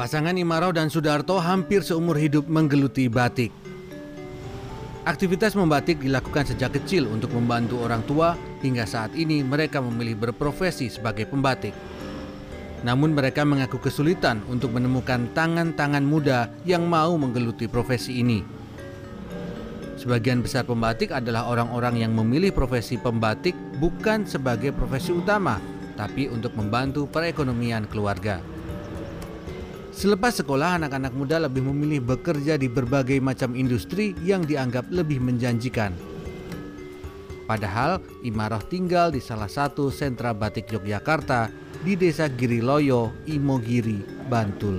Pasangan Imaroh dan Sudarto hampir seumur hidup menggeluti batik. Aktivitas membatik dilakukan sejak kecil untuk membantu orang tua, hingga saat ini mereka memilih berprofesi sebagai pembatik. Namun mereka mengaku kesulitan untuk menemukan tangan-tangan muda yang mau menggeluti profesi ini. Sebagian besar pembatik adalah orang-orang yang memilih profesi pembatik bukan sebagai profesi utama, tapi untuk membantu perekonomian keluarga. Selepas sekolah, anak-anak muda lebih memilih bekerja di berbagai macam industri yang dianggap lebih menjanjikan. Padahal, Imaroh tinggal di salah satu sentra batik Yogyakarta di Desa Giriloyo, Imogiri, Bantul.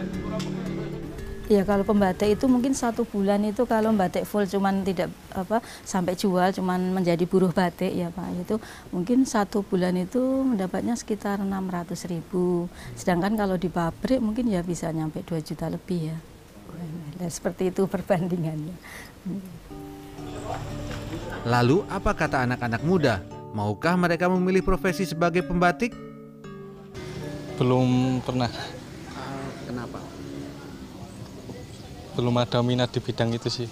Ya, kalau pembatik itu mungkin 1 bulan itu kalau batik full cuman tidak sampai jual, cuman menjadi buruh batik ya Pak, itu mungkin 1 bulan itu mendapatnya sekitar 600.000. Sedangkan kalau di pabrik mungkin ya bisa nyampe 2 juta lebih ya. Nah, seperti itu perbandingannya. Lalu apa kata anak-anak muda? Maukah mereka memilih profesi sebagai pembatik? Belum pernah. Kenapa? Belum ada minat di bidang itu sih.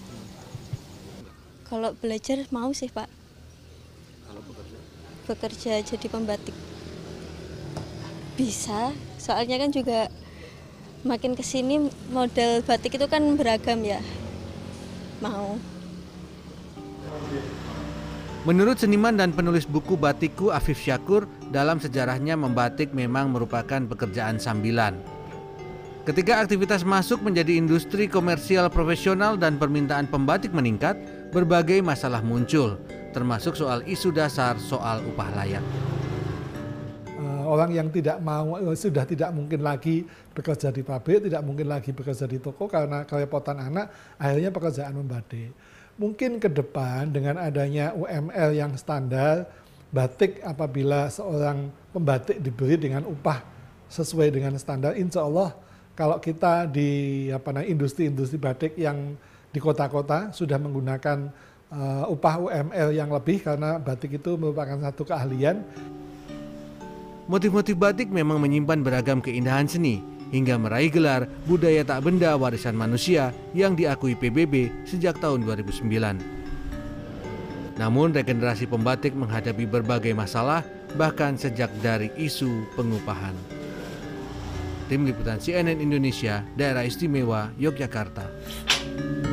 Kalau belajar mau sih Pak. Kalau bekerja? Bekerja jadi pembatik. Bisa, soalnya kan juga makin kesini model batik itu kan beragam ya. Mau. Menurut seniman dan penulis buku Batikku Afif Syakur, dalam sejarahnya membatik memang merupakan pekerjaan sambilan. Ketika aktivitas masuk menjadi industri komersial profesional dan permintaan pembatik meningkat, berbagai masalah muncul, termasuk soal isu dasar soal upah layak. Orang yang tidak mau, sudah tidak mungkin lagi bekerja di pabrik, tidak mungkin lagi bekerja di toko karena kerepotan anak, akhirnya pekerjaan membatik. Mungkin ke depan dengan adanya UMR yang standar, batik apabila seorang pembatik diberi dengan upah sesuai dengan standar, insya Allah kalau kita di industri-industri batik yang di kota-kota sudah menggunakan upah UMR yang lebih karena batik itu merupakan satu keahlian. Motif-motif batik memang menyimpan beragam keindahan seni hingga meraih gelar budaya tak benda warisan manusia yang diakui PBB sejak tahun 2009. Namun regenerasi pembatik menghadapi berbagai masalah bahkan sejak dari isu pengupahan. Tim Liputan CNN Indonesia, Daerah Istimewa Yogyakarta.